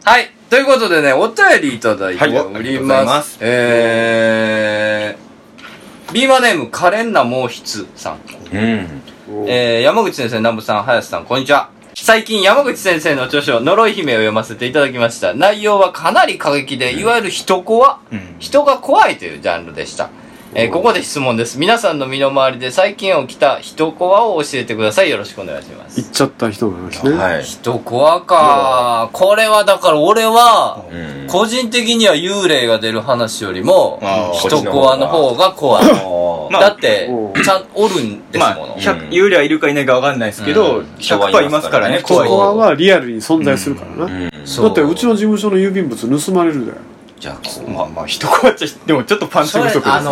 はい。ということでね、お便りいただいております。ビーマーネーム、カレンナ毛筆さん。山口先生、南部さん、林さん、こんにちは。最近、山口先生の著書、呪い姫を読ませていただきました。内容はかなり過激で、いわゆる人が怖いというジャンルでした。ここで質問です。皆さんの身の回りで最近起きた人コアを教えてください。よろしくお願いします。 言っちゃった人の話ね。 はい。人コアか。これはだから俺は、個人的には幽霊が出る話よりも、人コアの方が怖い。だって、ちゃんおるんですもの。 幽霊はいるかいないかわかんないですけど、100% いますからね、 人コアはリアルに存在するからな。だってうちの事務所の郵便物盗まれるだよ。 じゃあ、 まあ、人コアっちゃ、でもちょっとパンチ不足です。 だから、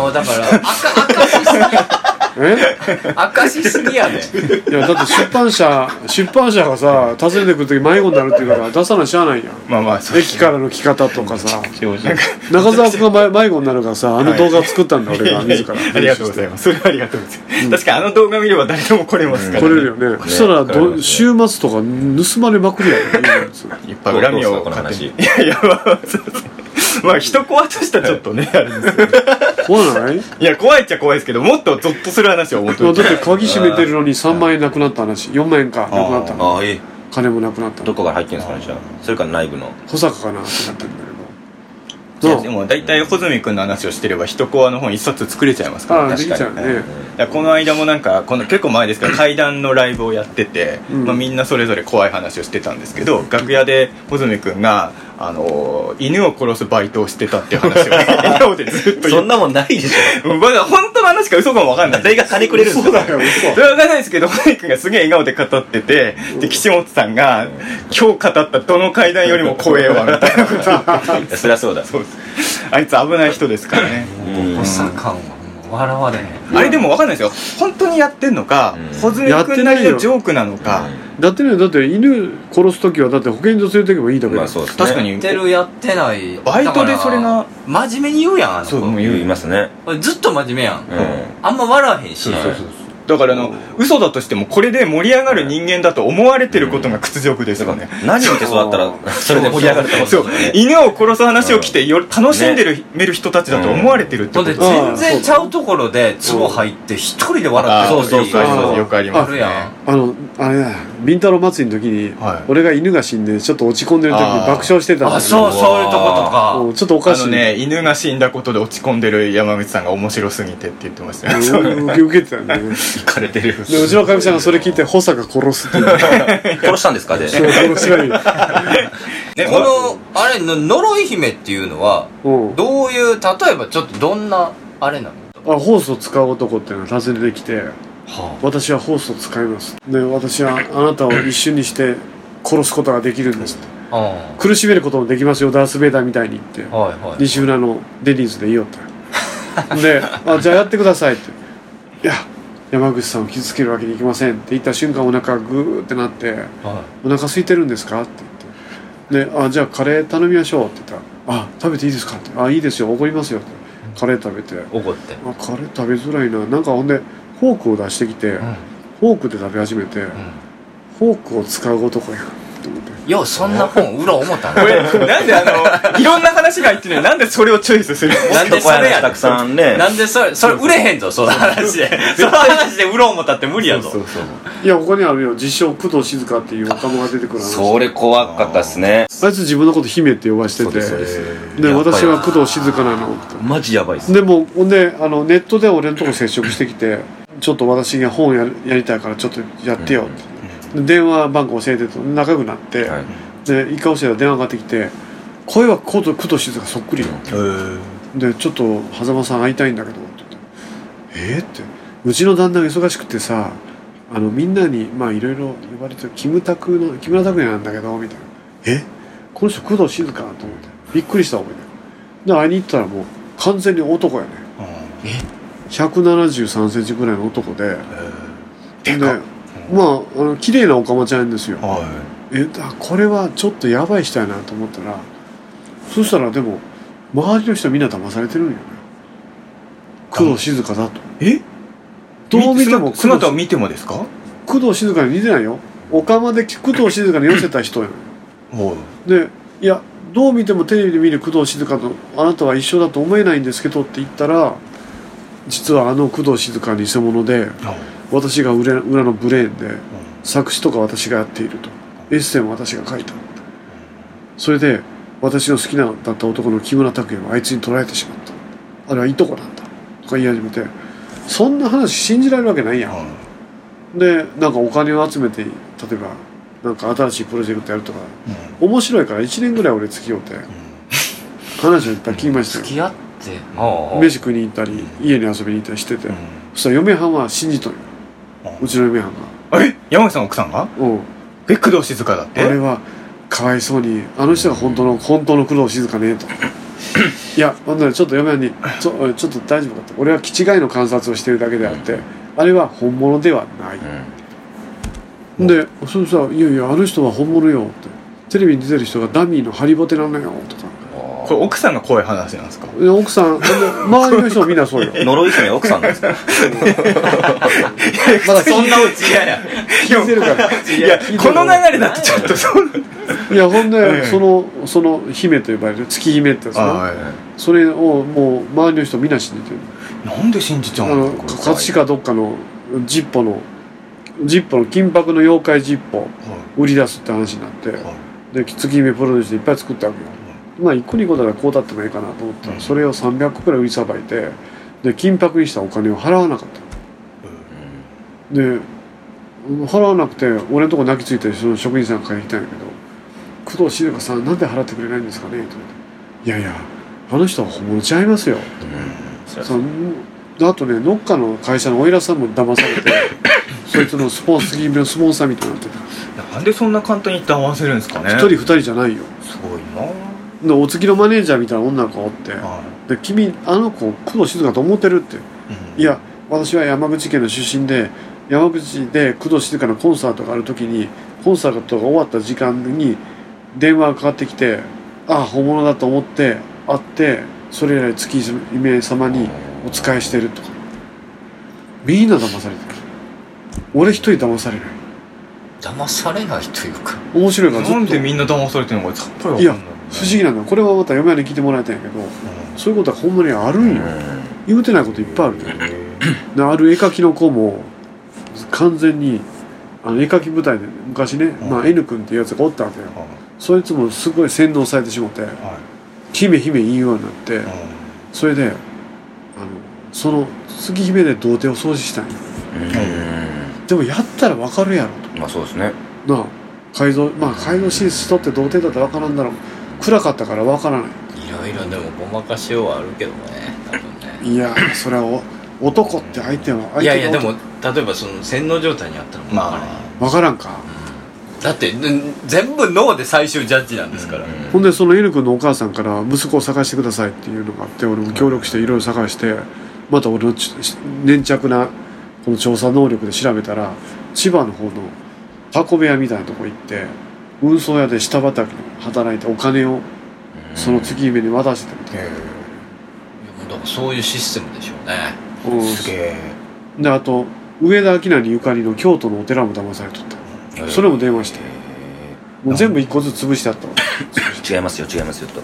明しすぎやね。 いや、だって出版社がさ、訪ねてくるとき迷子になるっていうから出さなしゃあないやん。 まあまあ、 駅からの来方とかさ。中澤君が迷子になるからさ、あの動画を作ったんだ、俺が自ら。 ありがとうございます。それはありがとうございます。確かにあの動画見れば誰でも来れますから。 来れるよね。そしたら、週末とか盗まれまくりやね。 いっぱい恨みを買って。いや、まあ人コアとしてはちょっとね、あれですよ。 怖ない？ いや、怖いっちゃ怖いですけど、もっとゾッとする話を思ってだって鍵閉めてるのに3万円なくなった話、4万円かなくなったの。金もなくなったの。 どこから入ってんですかね、じゃあ。それから内部の保坂かなってなったんだけど。でも大体穂積君の話をしてれば人コアの本一冊作れちゃいますから。 できちゃうね。 この間もなんか結構前ですけど怪談のライブをやってて、みんなそれぞれ怖い話をしてたんですけど、楽屋で穂積君が犬を殺すバイトをしてたっていう話を笑顔でずっとそんなもんないでしょ。 まだ本当の話か嘘かも分かんない。 誰が金くれるんですか。 そうだよ、嘘。 それは分かんないですけど、穂積君がすげえ笑顔で語ってて、で岸本さんが今日語ったどの怪談よりも怖えわみたいなこと言って。 そりゃそうだ。 そうです。あいつ危ない人ですからね。 保坂は笑われへん。 あれでも分かんないですよ。本当にやってんのか、穂積君なりのジョークなのか。 だってね、だって犬殺すときはだって保健所連れてけばいいだけだ。 確かにやってるやってない。 バイトでそれが真面目に言うやん。 そう言いますね。 ずっと真面目やん。あんま笑わへんし。 だから嘘だとしてもこれで盛り上がる人間だと思われてることが屈辱ですよね。 何見て育ったらそれで盛り上がるってことそう、犬を殺す話を聞いて楽しんでる見る人たちだと思われてるってこと。 全然ちゃうところでツボ入って一人で笑ってる。 そうよくありますね。 あれだ、ビンタロウ祭りの時に俺が犬が死んでちょっと落ち込んでる時に爆笑してたんだけど、 そういうとことかちょっとおかしいね。犬が死んだことで落ち込んでる山口さんが面白すぎてって言ってましたね。 受けてたよね。 行かれてる。 でうちのかみさんがそれ聞いて保坂殺すって殺したんですかね。 殺しない。 このあれ呪い姫っていうのはどういう、例えばちょっとどんなあれなの？ ホースを使う男っていうのが訪ねてきて、私はホースを使いますで、私はあなたを一瞬にして殺すことができるんですって、苦しめることもできますよ、ダース・ベイダーみたいに言って、西浦のデニーズで言いよったで、じゃあやってくださいって、いや山口さんを傷つけるわけにいきませんって言った瞬間お腹グーってなって、お腹空いてるんですかって言って、で、じゃあカレー頼みましょうって言ったら、食べていいですかって、いいですよ、おごりますよって、カレー食べて、 おごって、 カレー食べづらいな、なんかほんでフォークを出してきて、フォークで食べ始めて、フォークを使う男やんと思って、 ようそんな本売ろう思ったの。 これなんでいろんな話が入ってるのになんでそれをチョイスするの？ なんでそれやたくさんね。 なんでそれ売れへんぞ、その話で。その話で売ろう思ったって無理やぞ。 いや、他にあるよ、自称工藤静香っていう若者が出てくる話。 それ怖かったっすね。 あいつ自分のこと姫って呼ばしてて、で私は工藤静香なのって。 マジやばいっす。 でもほんでネットで俺のとこ接触してきて、ちょっと私が本やりたいからちょっとやってよって、電話番号教えてと仲良くなって、で一回教えたら電話がかかってきて、声は工藤静香そっくりよ。でちょっと狭間さん会いたいんだけどって言って、ってうちの旦那が忙しくてさ、みんなにいろいろ呼ばれてる木村拓哉なんだけどみたいな、この人工藤静香と思ってびっくりした覚えで、会いに行ったらもう完全に男やね。173センチぐらいの男で、で綺麗なおかまちゃんですよ。これはちょっとやばい人やなと思ったら、そしたらでも周りの人みんな騙されてるんよね、工藤静香だと。どう見ても姿を見てもですか？ 工藤静香に似てないよ。おかまで工藤静香に寄せた人やね。でいやどう見てもテレビで見る工藤静香とあなたは一緒だと思えないんですけどって言ったら、実は工藤静香は偽物で、私が裏のブレーンで、作詞とか私がやっていると、エッセイも私が書いた。それで私の好きなだった男の木村拓哉はあいつに取られてしまった。あれはいとこなんだとか言い始めて、そんな話信じられるわけないやん。でなんかお金を集めて、例えばなんか新しいプロジェクトやるとか、面白いから1年ぐらい俺付き合うて、話をいっぱい聞きましたよ。 付き合って飯食いに行ったり家に遊びに行ったりしてて、そしたら嫁はんは信じとんよ、うちの嫁はんが。 山口さん奥さんが工藤静香だって。 俺はかわいそうにあの人が本当の工藤静香ねといやほんならちょっと嫁はんにちょっと大丈夫かと、俺は気違いの観察をしてるだけであって、あれは本物ではない、でそれさ「いやいやあの人は本物よ」って「テレビに出てる人がダミーのハリボテなのよ」とか。 これ奥さんが怖い話なんですか？ 奥さん周りの人もみんなそうよ。 呪い姫奥さんなんですか？ まだそんなうち嫌や聞いてるから。 いやこの流れだとちょっとそういやほんでその姫と呼ばれる月姫ってやつな、それをもう周りの人みんな信じてる。 なんで信じちゃうの？ 葛飾どっかのジッポの金箔の妖怪ジッポ売り出すって話になって、で月姫プロデュースでいっぱい作ったわけよ。まあ1個2個だからこうだってもいいかなと思ったら、それを300個くらい売りさばいて、で金箔にしたお金を払わなかった、で払わなくて俺のとこ泣きついてその職員さんが帰ってきたんやけど「工藤静香さんなんで払ってくれないんですかね?」って言われて「いやいやあの人は本物ちゃいますよ」あとねどっかの会社のお偉さんも騙されてそいつの月姫のスポンサーみたいになってた。 なんでそんな簡単に騙せるんですかね。 1人2人じゃないよ。 すごいな。 でお月のマネージャーみたいな女の子がおって、で君あの子工藤静香と思ってるって、いや私は山口県の出身で山口で工藤静香のコンサートがある時にコンサートが終わった時間に電話がかかってきて、ああ本物だと思って会って、それ以来月姫様にお仕えしてるとか、みんな騙されてる。俺一人騙されない。 騙されないというか面白いからずっと。 なんでみんな騙されてるのかさっぱり分かんない。 いや不思議なんだ。これはまた嫁に聞いてもらいたいんやけど、そういうことはほんまにあるんよ。言うてないこといっぱいあるね。である絵描きの子も完全に絵描き舞台で昔ね、N 君っていうやつがおったわけよ。そいつもすごい洗脳されてしまって、姫姫言うようになって、それでその月姫で童貞を掃除したんよ。でもやったら分かるやろと。 まあそうですね。 なあ改造手術しとって童貞だったら分からんだろう。暗かったから分からない。 いろいろでもごまかしようはあるけどね、多分ね。 いやそれは男って相手いやいやでも例えばその洗脳状態にあったら分からん、 分からんか、 だって全部脳で最終ジャッジなんですから、 ほんでその N 君のお母さんから息子を探してくださいっていうのがあって、俺も協力していろいろ探して、また俺の粘着なこの調査能力で調べたら、千葉の方の箱部屋みたいなとこ行って運送屋で下働きで働いてお金をその月姫に渡してたみたいな。 だからそういうシステムでしょうね。 すげえ。 であと上田明成ゆかりの京都のお寺も騙されとった。それも電話してもう全部一個ずつ潰してあったわ。 違いますよと。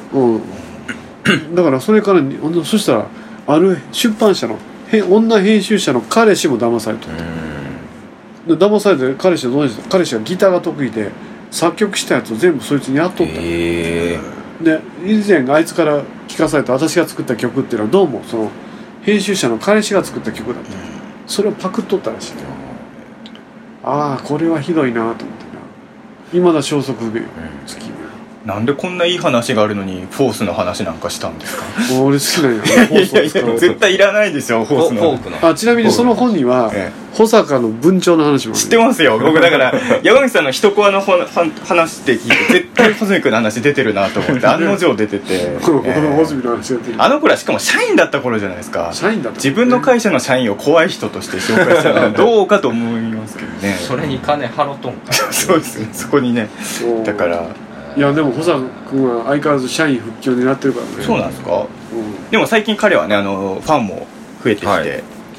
だからそれからそしたらある出版社の女編集者の彼氏も騙されとった。で騙されて彼氏はギターが得意で作曲したやつを全部そいつにやっとった。で以前あいつから聞かされた私が作った曲っていうのはどうもその編集者の彼氏が作った曲だった。それをパクっとったらしい。ああこれはひどいなと思ってな。未だ消息不明よ、月姫。 なんでこんないい話があるのにフォースの話なんかしたんですか？ 俺好きなんやいやいや絶対いらないでしょフォースの。 ちなみにその本には保坂の文鳥の話も知ってますよ。僕だから山口さんの一コアの話って聞いて絶対穂積君の話出てるなと思って案の定出てて穂積の話が出てる。 あの頃はしかも社員だった頃じゃないですか。 社員だった、 自分の会社の社員を怖い人として紹介したのはどうかと思いますけどね。 それに金払っとんかそうですね。そこにね。だからいやでも保坂君は相変わらず社員復帰を狙ってるからね。 そうなんですか、でも最近彼はねファンも増えてきて、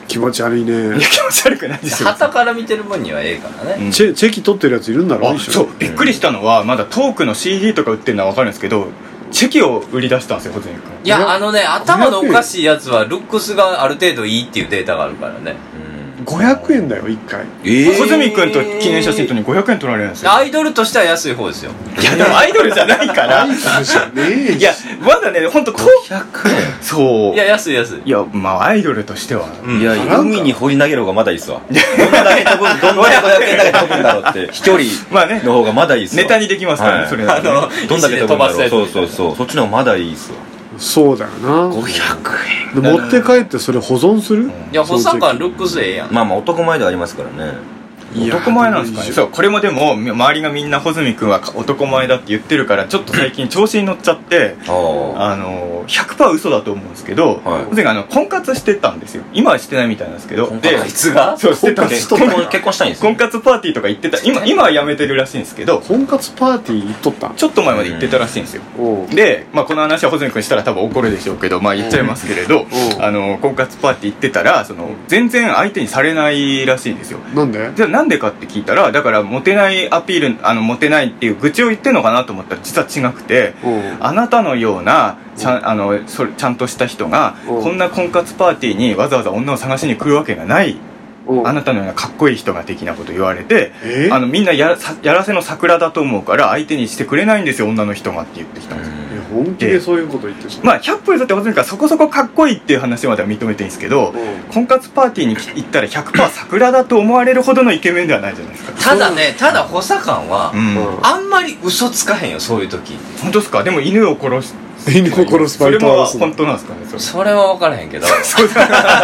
気持ち悪いね。 いや気持ち悪くないですよ。 旗から見てる分にはええからね。 チェキ取ってるやついるんだろ。 そうびっくりしたのはまだトークの CD とか売ってるのは分かるんですけど、チェキを売り出したんですよ穂積君。 いや頭のおかしいやつはルックスがある程度いいっていうデータがあるからね。 500円だよ1回。 穂積君と記念写真撮りに500円取られるんですよ。 アイドルとしては安い方ですよ。 いやでもアイドルじゃないからいやまだね本当500円そう。 いや安い。 いやまあアイドルとしては、 いや海に放り投げる方がまだいいっすわ。どんだけ500円投げんだろうって飛距離の方がまだいいっすわ。 ネタにできますからねそれ。どんだけ飛ばすやつ。そうそっちの方がまだいいっすわ。 そうだよな。 500円持って帰ってそれ保存する。 いや補佐官ルックスでええやん。 まあ男前ではありますからね。 男前なんですかね。そうこれもでも周りがみんな穂積君は男前だって言ってるからちょっと最近調子に乗っちゃって100% 嘘だと思うんですけど、穂積が婚活してたんですよ。今はしてないみたいなんですけど。 であいつがそうしてたんで結婚したいんですよ。 婚活パーティーとか行ってた。今はやめてるらしいんですけど、 婚活パーティー行っとった。 ちょっと前まで行ってたらしいんですよ。でまあこの話は穂積君したら多分怒るでしょうけどまあ言っちゃいますけれど、婚活パーティー行ってたら全然相手にされないらしいんですよ。 なんで？ じゃあなんでかって聞いたら、だからモテないアピールモテないっていう愚痴を言ってるのかなと思ったら実は違くて、あなたのようなちゃんとした人がこんな婚活パーティーにわざわざ女を探しに来るわけがない、あなたのようなかっこいい人が的なこと言われて、みんなやらせの桜だと思うから相手にしてくれないんですよ女の人がって言ってきたんですよ。 本気でそういうこと言ってる。 まあ100歩譲って穂積がそこそこかっこいいっていう話までは認めていいんですけど、婚活パーティーに行ったら 100% 桜だと思われるほどのイケメンではないじゃないですか。 ただ補佐官はあんまり嘘つかへんよそういう時。 本当ですか？でも犬を殺すバイトはそれも本当なんですかね。 それは分からへんけどそれ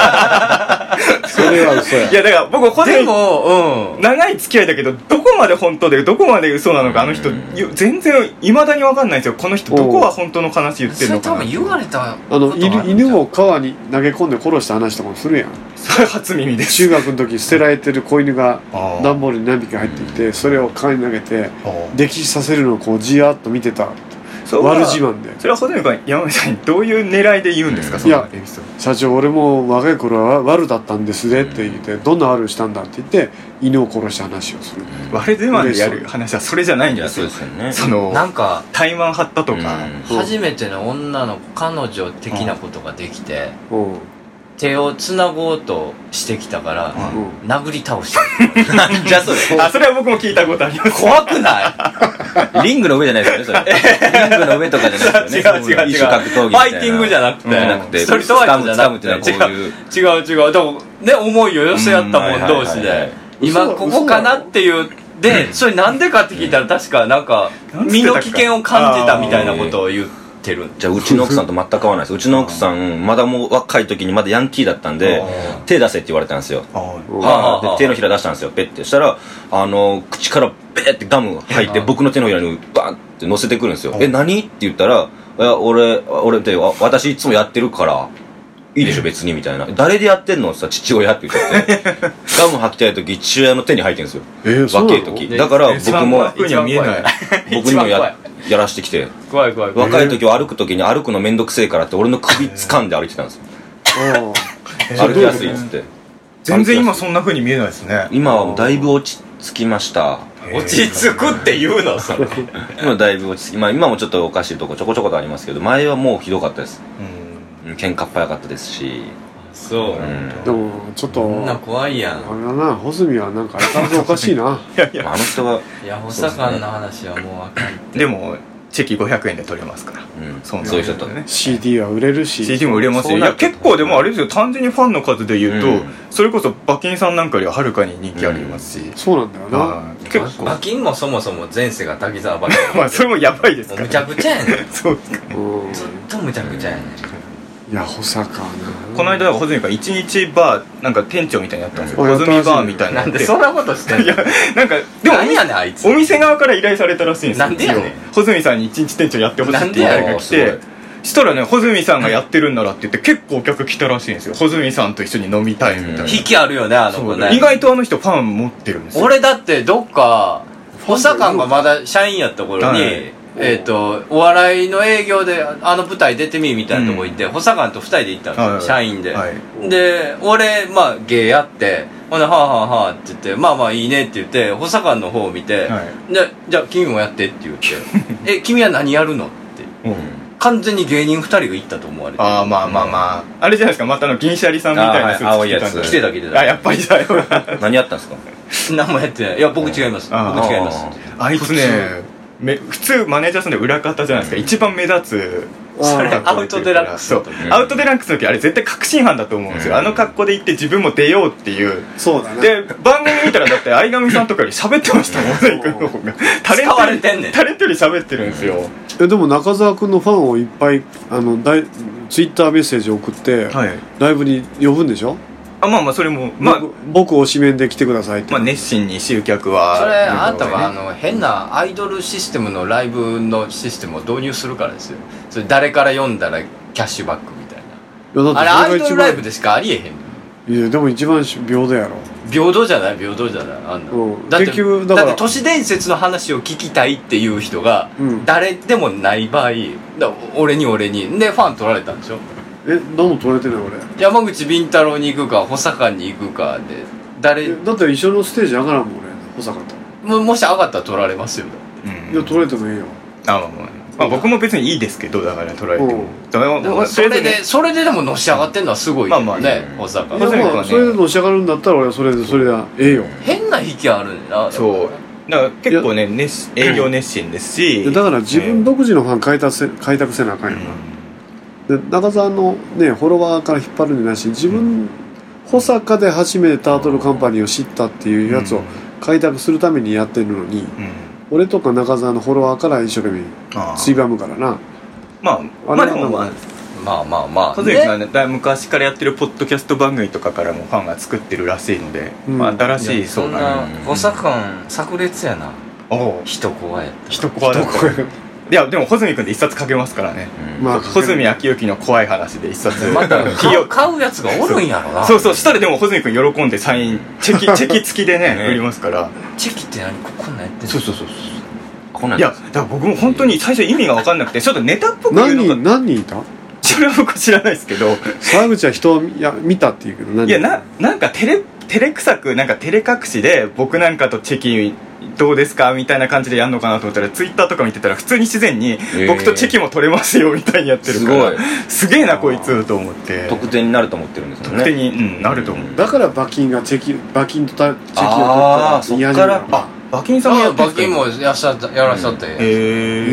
は嘘や。 いやだから僕でも長い付き合いだけどどこまで本当でどこまで嘘なのか人全然いまだに分かんないんですよ。この人どこは本当の話言ってるのかな。 それ多分言われた犬を川に投げ込んで殺した話とかもするやん。 それ初耳です。 中学の時捨てられてる子犬が段ボールに何匹入ってきてそれを川に投げて溺死させるのをこうじーっと見てた。悪自慢で。 それは穂積君山口さんにどういう狙いで言うんですか？ いや社長俺も若い頃は悪だったんですねって言ってどんな悪したんだって言って犬を殺した話をする。 悪自慢でやる話はそれじゃないんですよ。 なんか怠慢張ったとか初めての女の彼女的なことができて手をつなごうとしてきたから殴り倒した。 なんじゃそれ。 それは僕も聞いたことあります。 怖くないリングの上じゃないですよねそれ。リングの上とかじゃないですよね。 違う一種格闘技みファたいな。 イティングじゃなくてストリートファイトじゃなくて違うでもね思いを寄せ合ったもん同士で今ここかなっていうでそれなんでかって聞いたら確かなんか身の危険を感じたみたいなことを言ってる。 じゃあうちの奥さんと全く変わらないです。うちの奥さんまだもう若い時にまだヤンキーだったんで手出せって言われたんですよ。で手のひら出したんですよ。ペッてしたら口からペッてガム入って僕の手のひらにバンって乗せてくるんですよ。何って言ったら俺って私いつもやってるからいいでしょ別にみたいな。誰でやってんのってさ父親って言っちゃってガム吐きたい時父親の手に入ってるんですよ。若い時だから僕もやらしてきて怖い若い時は歩く時に歩くのめんどくせえからって俺の首掴んで歩いてたんですよ。歩きやすいっつって。 全然今そんな風に見えないですね。 今はだいぶ落ち着きました。 落ち着くって言うのそれ。 今だいぶ落ち着き今もちょっとおかしいとこちょこちょことありますけど前はもうひどかったです。喧嘩っ早かったですし。 そうでもちょっとそんな怖いやん。 あれだな穂積はなんか相変わらずおかしいな。 いやあの人がいや補佐官の話はもう分かんでもチェキ500円で取れますから。 そういう人とね CD は売れるし CD も売れますよ。いや結構でもあれですよ単純にファンの数で言うとそれこそ馬琴さんなんかよりははるかに人気ありますし。 そうなんだよな。 結構馬琴もそもそも前世が滝沢馬琴まあそれもやばいですからむちゃくちゃやねん。 そうですか。 ずっとむちゃくちゃやねん。 いや補佐官な。 この間穂積が一日バーなんか店長みたいにやったんですよ。穂積バーみたいな。 なんでそんなことしてんの。 いやなんかでも何やねんあいつ。 お店側から依頼されたらしいんですよ。 なんでやねん。 穂積さんに一日店長やってほしいって依頼が来てしたらね穂積さんがやってるんならって言って結構お客来たらしいんですよ。穂積さんと一緒に飲みたいみたいな。 引きあるよねあの子ね。 意外とあの人ファン持ってるんですよ。 俺だってどっか補佐官がまだ社員やった頃にお笑いの営業で舞台出てみみたいなとこ行って、補佐官と2人で行ったんですよ、社員で、で俺芸やってほんではあはあはあって言ってまあまあいいねって言って補佐官の方を見て、でじゃあ君もやってって言って君は何やるのって、完全に芸人2人が行ったと思われて、 ああまあまあまああれじゃないですか、また銀シャリさんみたいなスーツ着てたんで、 着てたあやっぱりだよ何やったんですか？ 何もやってない。いや僕違います、僕違います。 あいつね普通マネージャーさんで裏方じゃないですか、一番目立つそれアウトデラックスの時、 アウトデラックスの時あれ絶対確信犯だと思うんですよ、あの格好で行って自分も出ようっていう。 そうだね。 で番組見たらだって相上さんとかより喋ってましたもんね、行くの方がタレントより喋ってるんですよ。 でも中澤君のファンをいっぱいツイッターメッセージを送って、ライブに呼ぶんでしょ。 まあまあそれも僕推しメンで来てくださいって、 熱心に集客はそれあなたは変なアイドルシステムのライブのシステムを導入するからですよ。それ誰から読んだらキャッシュバックみたいな。あれアイドルライブでしかありえへん。 いやでも一番平等やろ。 平等じゃないあんな、だって都市伝説の話を聞きたいっていう人が誰でもない場合、俺にでファン取られたんでしょ。 何も取れてない俺。 山口敏太郎に行くか補佐官に行くかでだって一緒のステージ上がらんもん俺補佐官と。 もし上がったら取られますよ。 いや取れてもいいよ。 まあ僕も別にいいですけど、だから取られてもそれででものし上がってんのはすごいよね、補佐官。 それでのし上がるんだったら俺はそれでええよ。 変な引きあるんだな。 そうだから結構ね営業熱心ですし、 だから自分独自のファン開拓せなあかんよな。で中澤のねフォロワーから引っ張るんじゃないし、自分保坂で初めてタートルカンパニーを知ったっていうやつを開拓するためにやってるのに、俺とか中澤のフォロワーから一生懸命ついばむからな。 まあでも小杉さんは昔からやってるポッドキャスト番組とかからもファンが作ってるらしいので、新しいそうだね。 補佐官炸裂やな。人怖いやった。 人怖い。いやでも穂積君で一冊書けますからね。穂積昭之の怖い話で一冊また買うやつがおるんやろな。 そうしたらでも穂積君喜んでサインチェキ付きでね売りますから。 チェキって何こんなんやってんの。 そういやだから僕も本当に最初意味が分かんなくてちょっとネタっぽく言うのが何人いた。 それは僕知らないですけど、 沢口は人を見たっていうけどいやなんか照れくさくなんか照れ隠しで僕なんかとチェキどうですかみたいな感じでやるのかなと思ったら、ツイッターとか見てたら普通に自然に僕とチェキも取れますよみたいにやってるからすげえなこいつと思って。 得点になると思ってるんですよね。 得点に、なると思う。 だから馬琴とチェキを取ったら嫌じゃない。 馬琴さんもやって馬琴もやらっしゃって、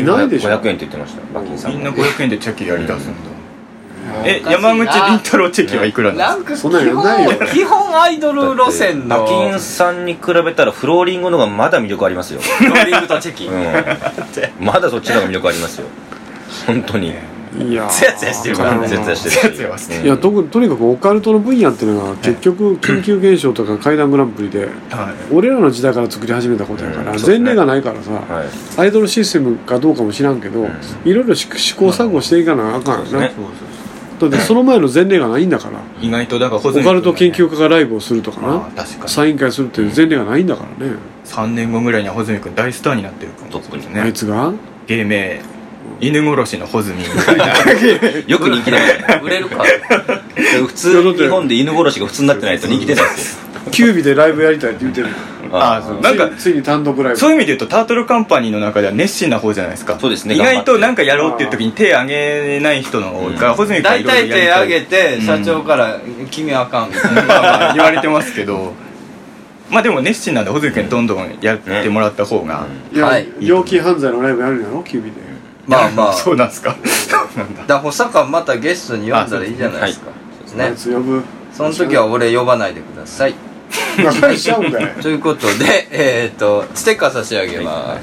いないでしょ。 500円って言ってました馬琴さん。 みんな500円でチェキやりだすんだ。山口凛太郎チェキはいくらなんですか。 そんなのないよ。 基本アイドル路線の馬琴さんに比べたらフローリングの方がまだ魅力ありますよ。 フローリングとチェキ、 まだそっちの方が魅力ありますよ本当に。 いやツヤツヤしてるからね。 ツヤツヤしてる。 いやとにかくオカルトの分野っていうのが結局緊急現象とか怪談グランプリで俺らの時代から作り始めたことやから、前例がないからさ、アイドルシステムかどうかも知らんけど、いろいろ試行錯誤していかなあかんよな。だってその前の前例がないんだから。 意外とだからオカルト研究家がライブをするとかな、サイン会するっていう前例がないんだからね。 3年後ぐらいには穂積君大スターになってるかもしれないね。 あいつが芸名犬殺しの穂積みたいなよく人気だよ売れるか普通に日本で犬殺しが普通になってないと人気出ないですよ。 キュービでライブやりたいって言ってる。 なんかついに単独ライブ。 そういう意味で言うとタートルカンパニーの中では熱心な方じゃないですか。 そうですね。 意外となんかやろうっていう時に手挙げない人の方が穂積君大体手挙げて社長から「君あかん」みたいな言われてますけど、まあでも熱心なんで穂積君どんどんやってもらった方が、 猟奇犯罪のライブやるんやろキュービで。 まあそうなんですか。 だ補佐官またゲストに呼んだらいいじゃないですか。 あいつ呼ぶ。 その時は俺呼ばないでください。 仲しちゃうんだよ。 ということでステッカー差し上げます。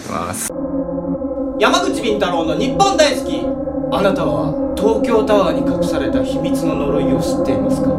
山口敏太郎の日本大好き。あなたは東京タワーに隠された秘密の呪いを知っていますか。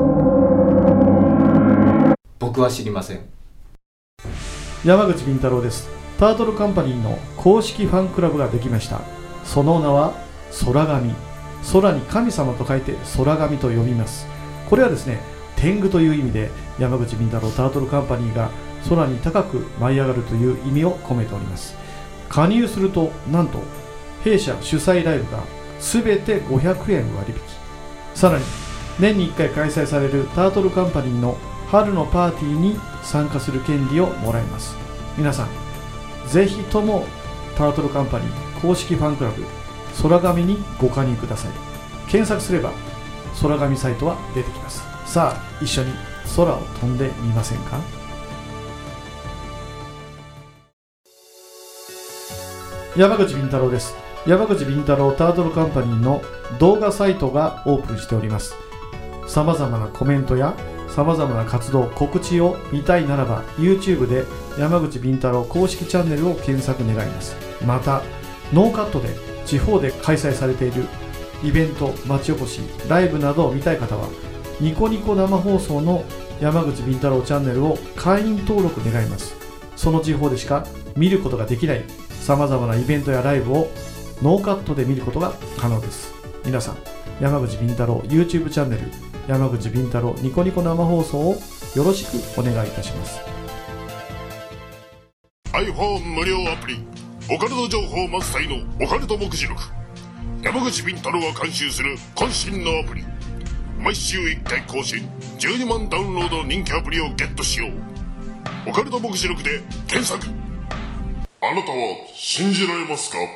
僕は知りません。 山口敏太郎です。タートルカンパニーの公式ファンクラブができました。その名は空神。空に神様と書いて空神と読みます。これはですね、天狗という意味で山口敏太郎タートルカンパニーが空に高く舞い上がるという意味を込めております。加入するとなんと弊社主催ライブが全て500円割引。さらに年に1回開催されるタートルカンパニーの春のパーティーに参加する権利をもらえます。皆さんぜひともタートルカンパニー公式ファンクラブ空紙にご加入ください。検索すれば空紙サイトは出てきます。さあ一緒に空を飛んでみませんか。山口敏太郎です。山口敏太郎タートルカンパニーの動画サイトがオープンしております。さまざまなコメントやさまざまな活動告知を見たいならば YouTube で山口敏太郎公式チャンネルを検索願います。またノーカットで地方で開催されているイベント、町おこし、ライブなどを見たい方はニコニコ生放送の山口敏太郎チャンネルを会員登録願います。その地方でしか見ることができないさまざまなイベントやライブをノーカットで見ることが可能です。皆さん山口敏太郎 YouTube チャンネル山口敏太郎ニコニコ生放送をよろしくお願いいたします。 iPhone 無料アプリオカルト情報満載のオカルト目次録。山口敏太郎が監修する渾身のアプリ。毎週1回更新12万ダウンロードの人気アプリをゲットしよう。オカルト目次録で検索。あなたは信じられますか？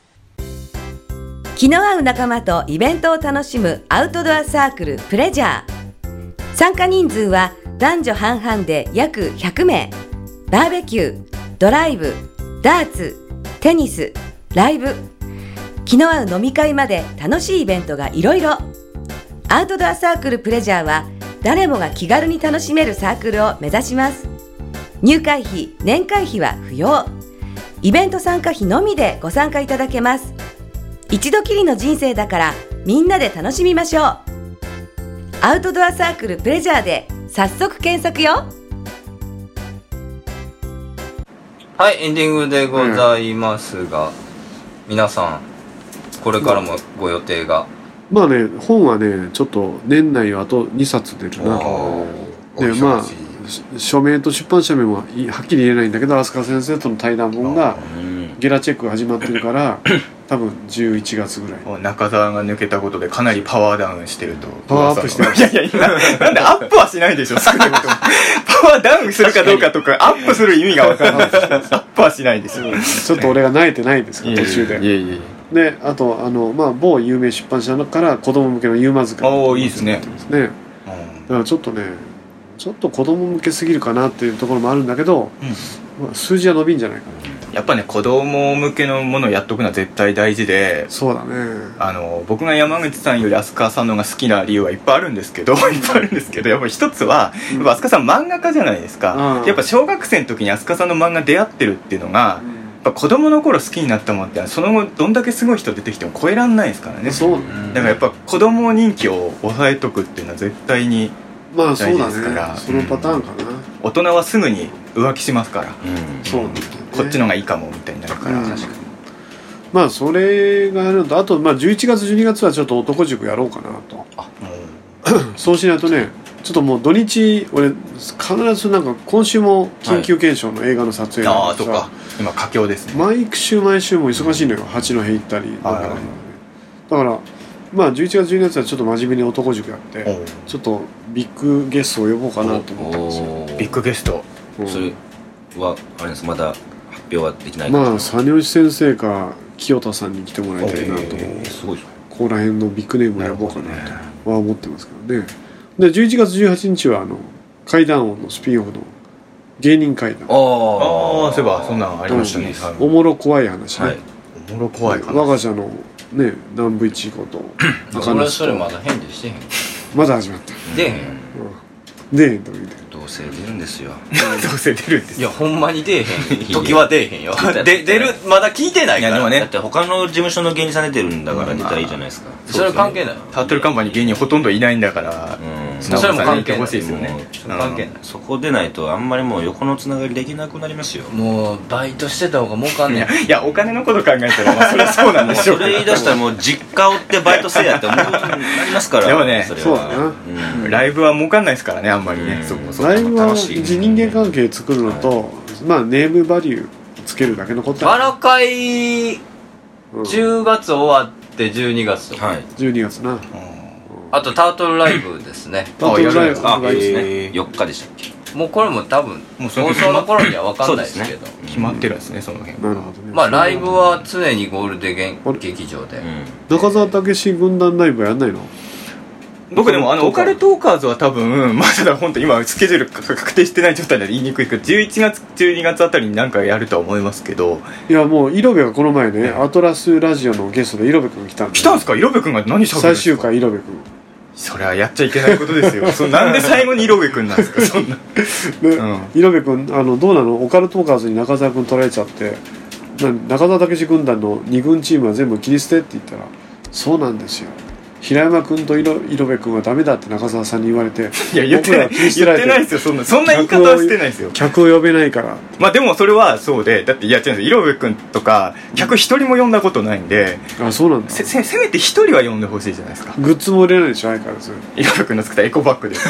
気の合う仲間とイベントを楽しむアウトドアサークルプレジャー。参加人数は男女半々で約100名。バーベキュー、ドライブ、ダーツ、テニス、ライブ、気の合う飲み会まで楽しいイベントがいろいろ。アウトドアサークルプレジャーは誰もが気軽に楽しめるサークルを目指します。入会費、年会費は不要。イベント参加費のみでご参加いただけます。一度きりの人生だからみんなで楽しみましょう。アウトドアサークルプレジャーで早速検索よ。 はい、エンディングでございますが、皆さんこれからもご予定が？ まあね、本はねちょっと年内はあと2冊出るな。でまあ署名と出版社名もはっきり言えないんだけど、飛鳥先生との対談本がゲラチェックが始まってるから多分11月ぐらい。 中澤が抜けたことでかなりパワーダウンしてると。 パワーアップしてる。 いやいや、なんでアップはしないでしょ。少なくともパワーダウンするかどうかとかアップする意味が分かんないです。アップはしないですよ。 ちょっと俺が慣れてないですから途中で。 いやいやいや。 であとまあ某有名出版社から子供向けのユーマ図鑑。 おお、いいですね。 だからちょっとね、ちょっと子供向けすぎるかなっていうところもあるんだけど、まあ、数字は伸びんじゃないかな。 やっぱね、子供向けのものをやっとくのは絶対大事で。 そうだね。 僕が山口さんより飛鳥さんの方が好きな理由はいっぱいあるんですけどやっぱり一つはやっぱ飛鳥さん漫画家じゃないですか。やっぱ小学生の時に飛鳥さんの漫画出会ってるっていうのが、やっぱ子供の頃好きになったもんってその後どんだけすごい人出てきても超えらんないですからね。 そうだからやっぱ子供人気を抑えとくっていうのは絶対に大事ですから。 まあそうだね、そのパターンかな。 大人はすぐに浮気しますから、 そうなんだよね。 こっちのがいいかもみたいになるから。 確かに。まあそれがあるのと、あとまあ11月12月はちょっと男塾やろうかなと。そうしないとね、ちょっともう土日俺必ずなんか今週も緊急検証の映画の撮影があってさ、 とか今佳境ですね。 毎週毎週も忙しいのよ。八戸行ったりだからまあ11月12月はちょっと真面目に男塾やって、ちょっとビッグゲストを呼ぼうかなと思ってますよ。 ビッグゲスト、 それはあれです、まだ発表はできない。 まあ実吉先生か清田さんに来てもらいたいなと。 すごい。 ここら辺のビッグネームを呼ぼうかなとは思ってますけどね。で11月18日は怪談王のスピンオフの芸人怪談。 そういえばそんなんありましたね。 おもろ怖い話ね。 おもろ怖い話。 我が社のね、南部一子と俺それまだ返事してへん。 まだ始まった。 出へん。 出へんと見て。 どうせ出るんですよ。 どうせ出るんです。 いやほんまに出えへん時は出えへんよ。出るまだ聞いてないから。 でもね、 だって他の事務所の芸人さん出てるんだから出たらいいじゃないですか。 それは関係ない。 タートルカンパニー芸人ほとんどいないんだから、 それも関係ない。 ほしいですよね。 関係ない。 そこでないとあんまりもう横のつながりできなくなりますよ。 もうバイトしてた方が儲かんねん。 いやお金のこと考えたらまあそれはそうなんでしょう。 それ言い出したらもう実家を追ってバイトせえやって思うようになりますから。 でもね、 そうだな。 ライブは儲かんないですからね、あんまりね。 ライブは人間関係作るのと、まあネームバリューつけるだけのこと。 バラ会 10月終わって12月とか、 12月な。 あとタートルライブですね。 タートルライブあ、ですね。4日でしたっけ。 もうこれも多分放送の頃には分かんないですけど、 決まってるんですね、その辺。 なるほどね。 まあライブは常にゴールデン劇場で。 中澤武史軍団ライブやんないの？ 僕でもオカルトーカーズは多分まだ本当今スケジュール確定してない状態で言いにくいけど、11月12月あたりに何かやるとは思いますけど。 いやもう色部がこの前ね、アトラスラジオのゲストで色部くんが来たんで。 来たんですか？色部くんが何しゃべるんですか？ 最終回色部くん。 それはやっちゃいけないことですよ。なんで最後に色部くんなんですか？そんな。 色部くんどうなの？オカルトーカーズに中澤くん取られちゃって、中澤武史軍団の2軍チームは全部切り捨てって言ったら、そうなんですよ。平山君と色部君はダメだって中澤さんに言われて、 いや言ってないですよ。そんな言い方はしてないですよ。 客を呼べないから。 まあでもそれはそうで、だっていや違うんですよ。色部君とか客一人も呼んだことないんで。 あ、そうなんだ。 せめて一人は呼んでほしいじゃないですか。 グッズも売れないでしょ、相変わらず。 色部君の作ったエコバッグですね。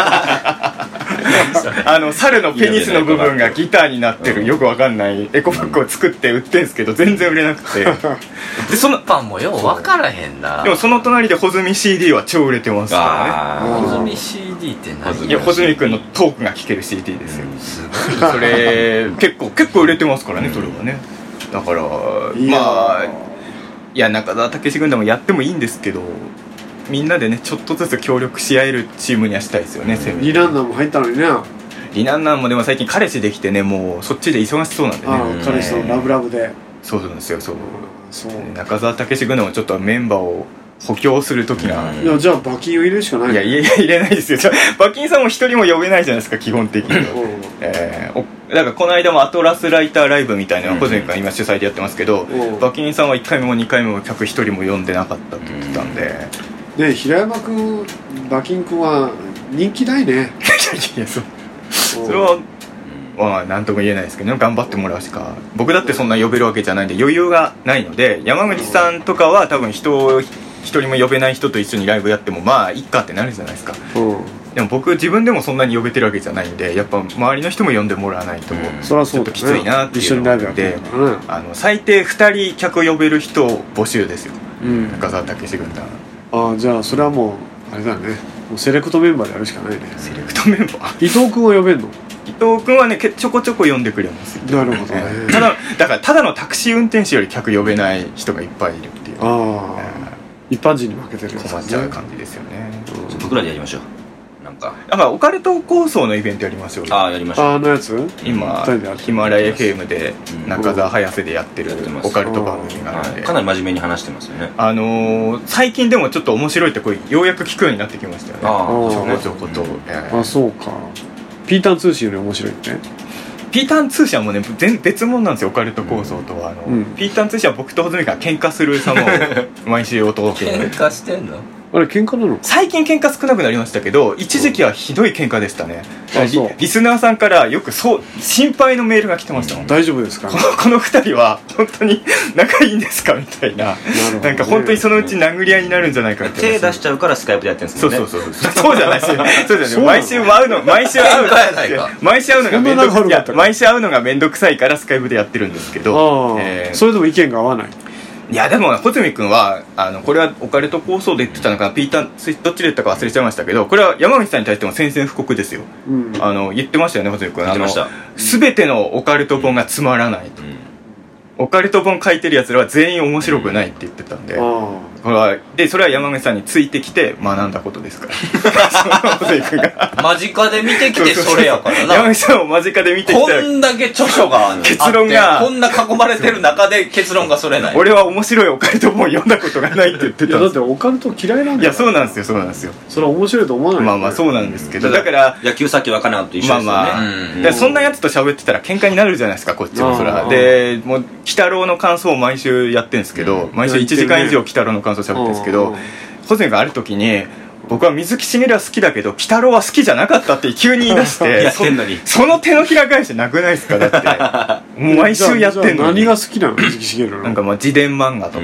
猿のペニスの部分がギターになってるよくわかんないエコバッグを作って売ってんすけど全然売れなくて。 でそのパンもよう分からへんな。 でもその隣で穂積 CD は超売れてますからね。穂積 CD って何？ いや穂積君のトークが聴ける CD ですよ。すごい。それ結構売れてますからね、それはね。だからまあいや中澤武史軍団もやってもいいんですけど、みんなでねちょっとずつ協力し合えるチームにはしたいですよね。 リナンナも入ったのにね。 リナンナもでも最近彼氏できてね、もうそっちで忙しそうなんでね。 彼氏とラブラブで。 そうなんですよ。そう中澤武史軍団もちょっとメンバーを補強する時が、 いやじゃあ馬琴を入れるしかない。 いや入れないですよ。馬琴さんも一人も呼べないじゃないですか基本的に。だからこの間もアトラスライターライブみたいなのを小泉君が今主催でやってますけど、馬琴さんは1回目も2回目も客一人も呼んでなかったって言ってたんで。 ね、平山君馬琴君は人気ないね。 いやそれはまあ何とも言えないですけど、ね、頑張ってもらうしか。僕だってそんな呼べるわけじゃないんで余裕がないので、山口さんとかは多分一人も呼べない人と一緒にライブやってもまあいっかってなるじゃないですか。でも僕自分でもそんなに呼べてるわけじゃないんで、やっぱ周りの人も呼んでもらわないとちょっときついなっていうので、最低2人客呼べる人を募集ですよ、中澤武史軍団。 じゃあそれはもうあれだね、もうセレクトメンバーでやるしかないね。 セレクトメンバー。 伊藤君は呼べんの？ 伊藤君はねちょこちょこ呼んでくれます。 なるほどね。 だからただのタクシー運転手より客呼べない人がいっぱいいるっていう。 一般人に負けてるやつ、ね、 困っちゃう感じですよね。 僕らでやりましょう。 なんかオカルト構想のイベントやりましょう。 やりましょう。 あのやつ今ヒマラヤ FM で中澤早瀬でやってるオカルト番組があるんで、 かなり真面目に話してますよね。 最近でもちょっと面白いって声ようやく聞くようになってきましたよね。ちょこちょこと。 そうか。ピータン通信より面白いって。 ピータン通信はもうね別物なんですよ、オカルト構想とは。ピータン通信は僕と穂積が喧嘩する様を毎週お届け。 喧嘩してんの？ あれ喧嘩なの？ 最近喧嘩少なくなりましたけど、一時期はひどい喧嘩でしたね。リスナーさんからよく心配のメールが来てましたもん。 大丈夫ですか？ この2人は本当に仲いいんですかみたいな。なんか本当にそのうち殴り合いになるんじゃないかみたいな。 手出しちゃうからスカイプでやってるんですよね。 そうじゃないですよ。そうじゃない。毎週会うのがめんどくさいからスカイプでやってるんですけど、 それでも意見が合わない。 いやでも穂積君はこれはオカルト構想で言ってたのかな、ピーターどっちで言ったか忘れちゃいましたけど、これは山口さんに対しても宣戦布告ですよ。言ってましたよね、穂積君。 言ってました。 全てのオカルト本がつまらないと、オカルト本書いてるやつらは全員面白くないって言ってたんで、それは山口さんについてきて学んだことですから。穂積君が間近で見てきてそれやからな。 山口さんを間近で見てきたらこんだけ著書が結論がこんな囲まれてる中で結論がそれない。 俺は面白いオカルト本読んだことがないって言ってたんです。いやだってオカルト嫌いなんだよ。 いやそうなんですよ。 それは面白いと思わない。 まあそうなんですけど、だから野球先若菜と一緒ですよね。そんなやつと喋ってたら喧嘩になるじゃないですか、こっちも。それはでもう鬼太郎の感想を毎週やってるんですけど、毎週1時間以上鬼太郎の感想喋ってるんですけど、穂積がある時に僕は水木しげるは好きだけど鬼太郎は好きじゃなかったって急に言い出してその手のひら返しなくないですか？だってもう毎週やってんのに。 何が好きなの？水木しげるの。 なんか自伝漫画とか、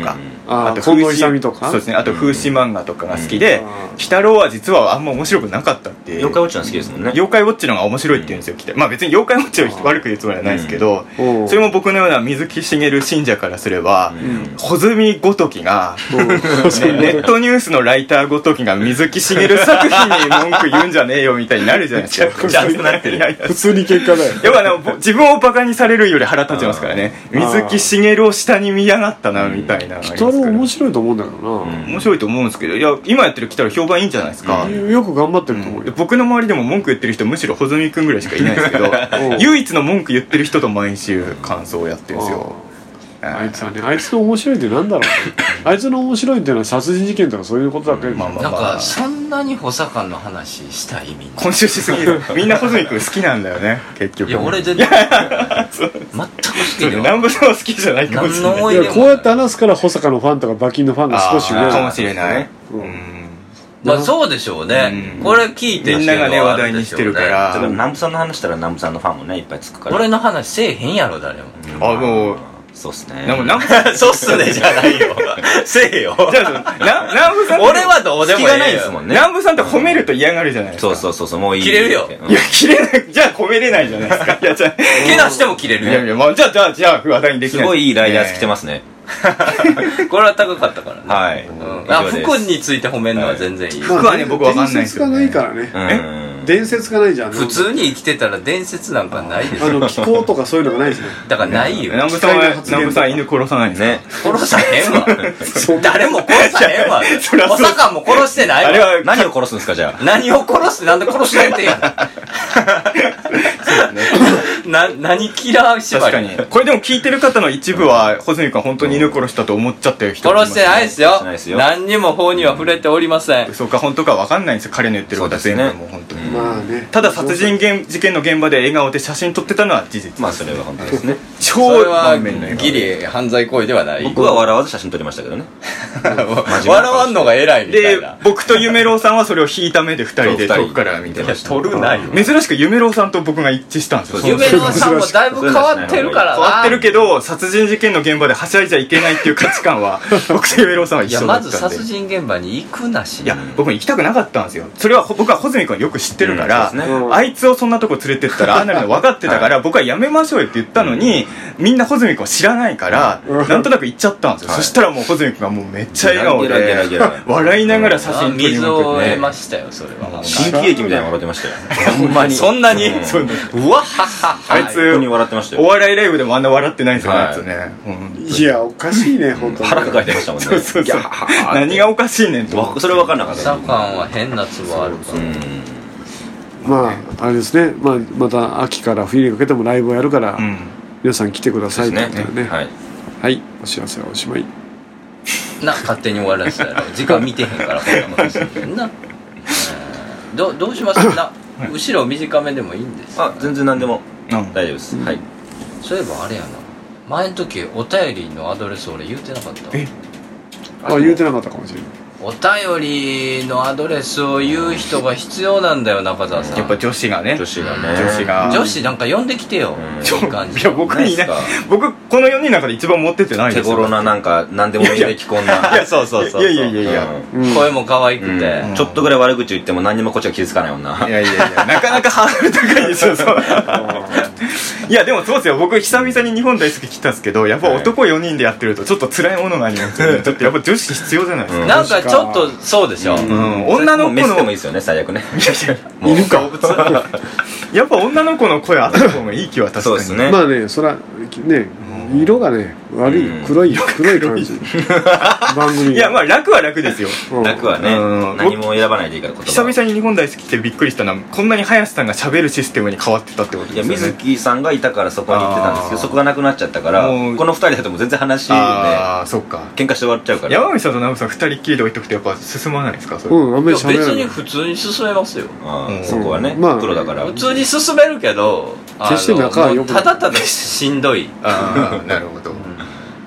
あと近藤勇とかそうですね、あと風刺漫画とかが好きで、鬼太郎は実はあんま面白くなかったって妖怪ウォッチの好きですもんね。 妖怪ウォッチの方が面白いって言うんですよ、まあ別に妖怪ウォッチを悪く言うつもりはないですけど、それも僕のような水木しげる信者からすれば、穂積ごときが、ネットニュースのライターごときが水木しげる作品に文句言うんじゃねえよみたいになるじゃないですか。 ちゃんとなってる。 普通に結果だよ。 やっぱ自分をバカにされるより腹立ちますからね。水木しげるを下に見やがったなみたいな。 鬼太郎面白いと思うんだけどな。 面白いと思うんですけど、いや今やってる鬼太郎評判いいんじゃないですか。 よく頑張ってると思うよ。 僕の周りでも文句言ってる人むしろ穂積くんぐらいしかいないですけど、唯一の文句言ってる人と毎週感想をやってるんですよ。 あいつはね、あいつの面白いってなんだろうね。あいつの面白いっていうのは殺人事件とかそういうことだけど、 なんかそんなに補佐官の話したいみんな今週しすぎる。みんな穂積くん好きなんだよね結局。 いや俺全然全く好きでは南部さんは好きじゃないかもしれない。 いやこうやって話すから保坂のファンとか馬琴のファンが少し増えるかもしれない。 まあそうでしょうね。これ聞いてみんながね話題にしてるから。 南部さんの話したら南部さんのファンもねいっぱいつくから。 俺の話せえへんやろ誰も。 あもうそうっすね。 そうっすねじゃないよ。せえよ。 じゃあ南部さん俺はどうでもいい。 気がないですもんね。 南部さんって褒めると嫌がるじゃないですか。 そうもういい。 切れるよ。 いや切れない。じゃあ褒めれないじゃないですか。いやじゃあけなしても切れるよ。 いやまあじゃあ話題にできない。 すごいいいライダース着てますね。 これは高かったからね。 はい。 服について褒めるのは全然いい。 服はね僕わかんないんですよ。 伝説がないからね。伝説がないじゃん。 普通に生きてたら伝説なんかないですよ。 気候とかそういうのがないですね。 だからないよ。 南部さん犬殺さないんですね。 殺さへんわ。誰も殺さへんわ。補佐官も殺してないわ。 あれは何を殺すんですかじゃあ。 何を殺してなんで殺しないってやん。何キラー縛り。 確かに。これでも聞いてる方の一部は穂積君本当に犬殺したと思っちゃってる人殺してないですよ。何にも法には触れておりません。 嘘か本当か分かんないんですよ彼の言ってることは全部もう本当に。 まあね。 ただ殺人事件の現場で笑顔で写真撮ってたのは事実。 まあそれは本当ですね。 それはギリ犯罪行為ではない。 僕は笑わず写真撮りましたけどね。 笑わんのが偉いみたいな。 で僕と夢郎さんはそれを引いた目で2人で遠くから見てました。 撮るないよ。 珍しく夢郎さんと僕が一致したんですよ。 夢郎さんもだいぶ変わってるからな。 変わってるけど殺人事件の現場ではしゃいじゃいけないっていう価値観は僕と夢郎さんは一緒だったんで。 いやまず殺人現場に行くなし。 いや僕も行きたくなかったんですよ。それは僕は穂積君よく知ってるから、あいつをそんなとこ連れてったらああなるの分かってたから僕はやめましょうよって言ったのに、みんな穂積君を知らないからなんとなく行っちゃったんですよ。そしたらもう穂積君がもうめっちゃ笑顔で笑いながら写真撮り水を得ましたよそれは。 新喜劇みたいなの笑ってましたよ。 ほんまにそんなに。うわはは。 あいつお笑いライブでもあんな笑ってないんですよあいつね。 いやおかしいね本当に。 腹抱えてましたもんね。 そう何がおかしいねんと。 それ分かんなかった。 サカンは変なツボあるから。 まああれですね。また秋から冬にかけてもライブをやるから皆さん来てくださいって言ったらね。はいお知らせはおしまい。 勝手に終わらせたら時間見てへんからこんなことするんな。どうしますな。後ろ短めでもいいんです。 全然何でも大丈夫です。はい。 そういえばあれやな。前の時お便りのアドレス俺言うてなかった。 言うてなかったかもしれない。 お便りのアドレスを言う人が必要なんだよ中澤さん。 やっぱ女子がね。 女子なんか呼んできてよ。いい感じ。 いや僕にね、僕この4人の中で一番持ってってないですよ。 手頃ななんか何でもいいで着込んだ。 いやそう。 いや声も可愛くて、 ちょっとぐらい悪口言っても何にもこっちは傷つかない女。 いやなかなかハードル高いですよ。いやでもそうですよ。僕久々に日本大好き来たんですけど、やっぱ男4人でやってるとちょっと辛いものがありますよね。ちょっとやっぱ女子必要じゃないですか。 なんかちょっとそうでしょ。 女の子のメスでもいいですよね最悪ね。 いるか。やっぱ女の子の声あった方がいい気は確かに。 そうですね。 まあねそらね色がね悪い黒い感じ。番組。 いやまあ楽は楽ですよ。 楽はね何も選ばないでいいから。 久々に日本大好きってびっくりしたのはこんなに林さんが喋るシステムに変わってたってことですよね。 いや水木さんがいたからそこに行ってたんですけどそこがなくなっちゃったからこの2人だともう全然話ねそっか喧嘩して終わっちゃうから。 山口さんと直さん2人っきりで置いとくとやっぱ進まないですか。 あんまり喋らない。 別に普通に進めますよ。 そこはねプロだから普通に進めるけど決して仲は良くない。 ただただしんどい。 なるほど。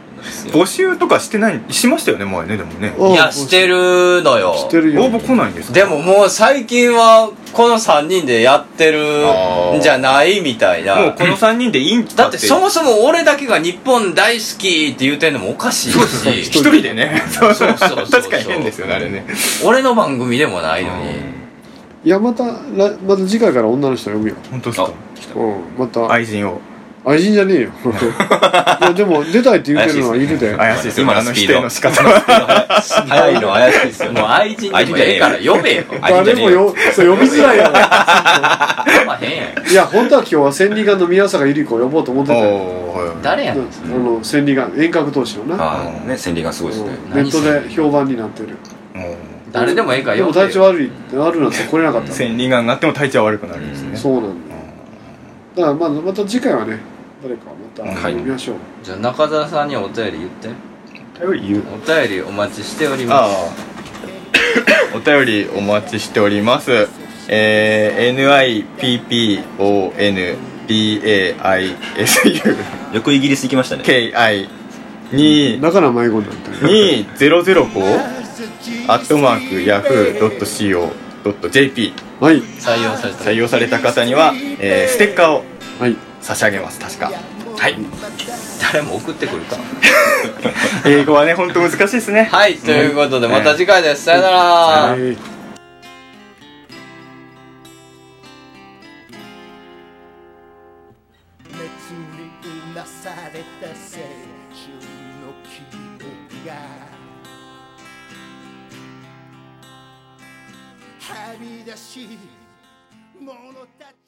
よ。 募集とかしてないしましたよね前ね。でもねいやしてるのよ。 してるよ。 応募来ないんですか。 でももう最近はこの3人でやってるんじゃないみたいな。 もうこの3人でいいんだってそもそも俺だけが日本大好きって言うてんのもおかしいし。 一人でね。 そう確かに変ですよねあれね。 俺の番組でもないのに。 いやまた次回から女の人呼ぶよ。 本当ですか。 また愛人を。 愛人じゃねえよ。いやでも出たいって言ってるのはいるで。 怪しいですよ今のスピードの仕方は早いの怪しいですよね。 もう愛人でもええから呼べよ。 誰も呼びづらいやろ。いや本当は今日は千里眼の宮坂百合子を呼ぼうと思ってたよ。 誰やねん。 千里眼遠隔投資のな。 ね千里眼すごいですね。 ネットで評判になってる。 誰でもええからでも体調悪いあるなんて来れなかった。 千里眼があっても体調悪くなるんですね。 そうなんだ。だからまた次回はね誰かまた呼びましょう。 じゃあ中澤さんにお便り言って。お便りお待ちしております。 お便りお待ちしております。NIPPONBAISU よくイギリス行きましたね。 KI2 だから迷子になった 2005@yahoo.co.jp はい採用された方には、ステッカーを差し上げます。確かはい。 誰も送ってくるか。 英語はね本当難しいですね。 はいということでまた次回です。さよなら。 はみ出し者たち